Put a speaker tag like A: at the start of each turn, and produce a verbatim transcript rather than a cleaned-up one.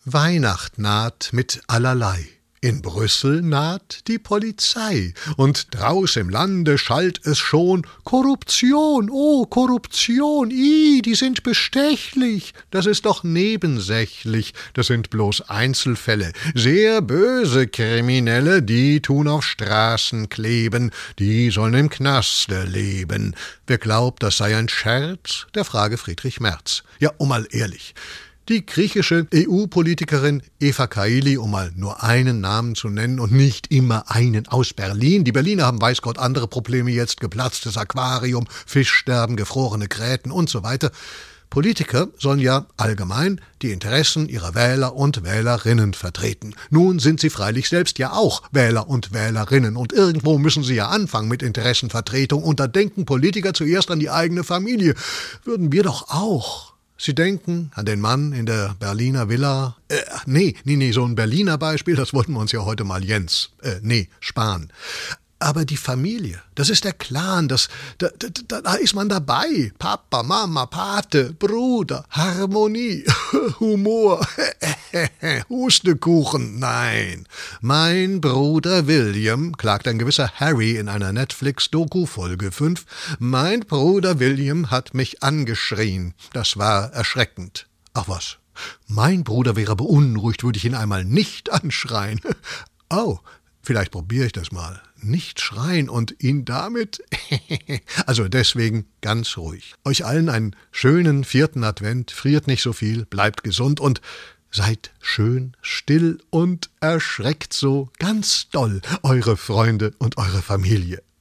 A: Weihnacht naht mit allerlei. In Brüssel naht die Polizei, und draus im Lande schallt es schon: Korruption, oh, Korruption, ih, die sind bestechlich. Das ist doch nebensächlich, das sind bloß Einzelfälle. Sehr böse Kriminelle, die tun auf Straßen kleben, die sollen im Knaste leben. Wer glaubt, das sei ein Scherz, der frage Friedrich Merz. Ja, um mal ehrlich. Die griechische E U-Politikerin Eva Kaili, um mal nur einen Namen zu nennen und nicht immer einen aus Berlin. Die Berliner haben weiß Gott andere Probleme jetzt, geplatztes Aquarium, Fischsterben, gefrorene Gräten und so weiter. Politiker sollen ja allgemein die Interessen ihrer Wähler und Wählerinnen vertreten. Nun sind sie freilich selbst ja auch Wähler und Wählerinnen, und irgendwo müssen sie ja anfangen mit Interessenvertretung, und da denken Politiker zuerst an die eigene Familie. Würden wir doch auch. Sie denken an den Mann in der Berliner Villa. Äh, nee, nee, nee, so ein Berliner Beispiel, das wollten wir uns ja heute mal Jens, äh, nee, sparen. Aber die Familie, das ist der Clan, das, da, da, da ist man dabei. Papa, Mama, Pate, Bruder, Harmonie, Humor, Hustekuchen, nein. Mein Bruder William, klagt ein gewisser Harry in einer Netflix-Doku, Folge fünf, mein Bruder William hat mich angeschrien. Das war erschreckend. Ach was, mein Bruder wäre beunruhigt, würde ich ihn einmal nicht anschreien. Oh, vielleicht probiere ich das mal. Nicht schreien und ihn damit... Also deswegen ganz ruhig. Euch allen einen schönen vierten Advent, friert nicht so viel, bleibt gesund und seid schön still und erschreckt so ganz doll eure Freunde und eure Familie.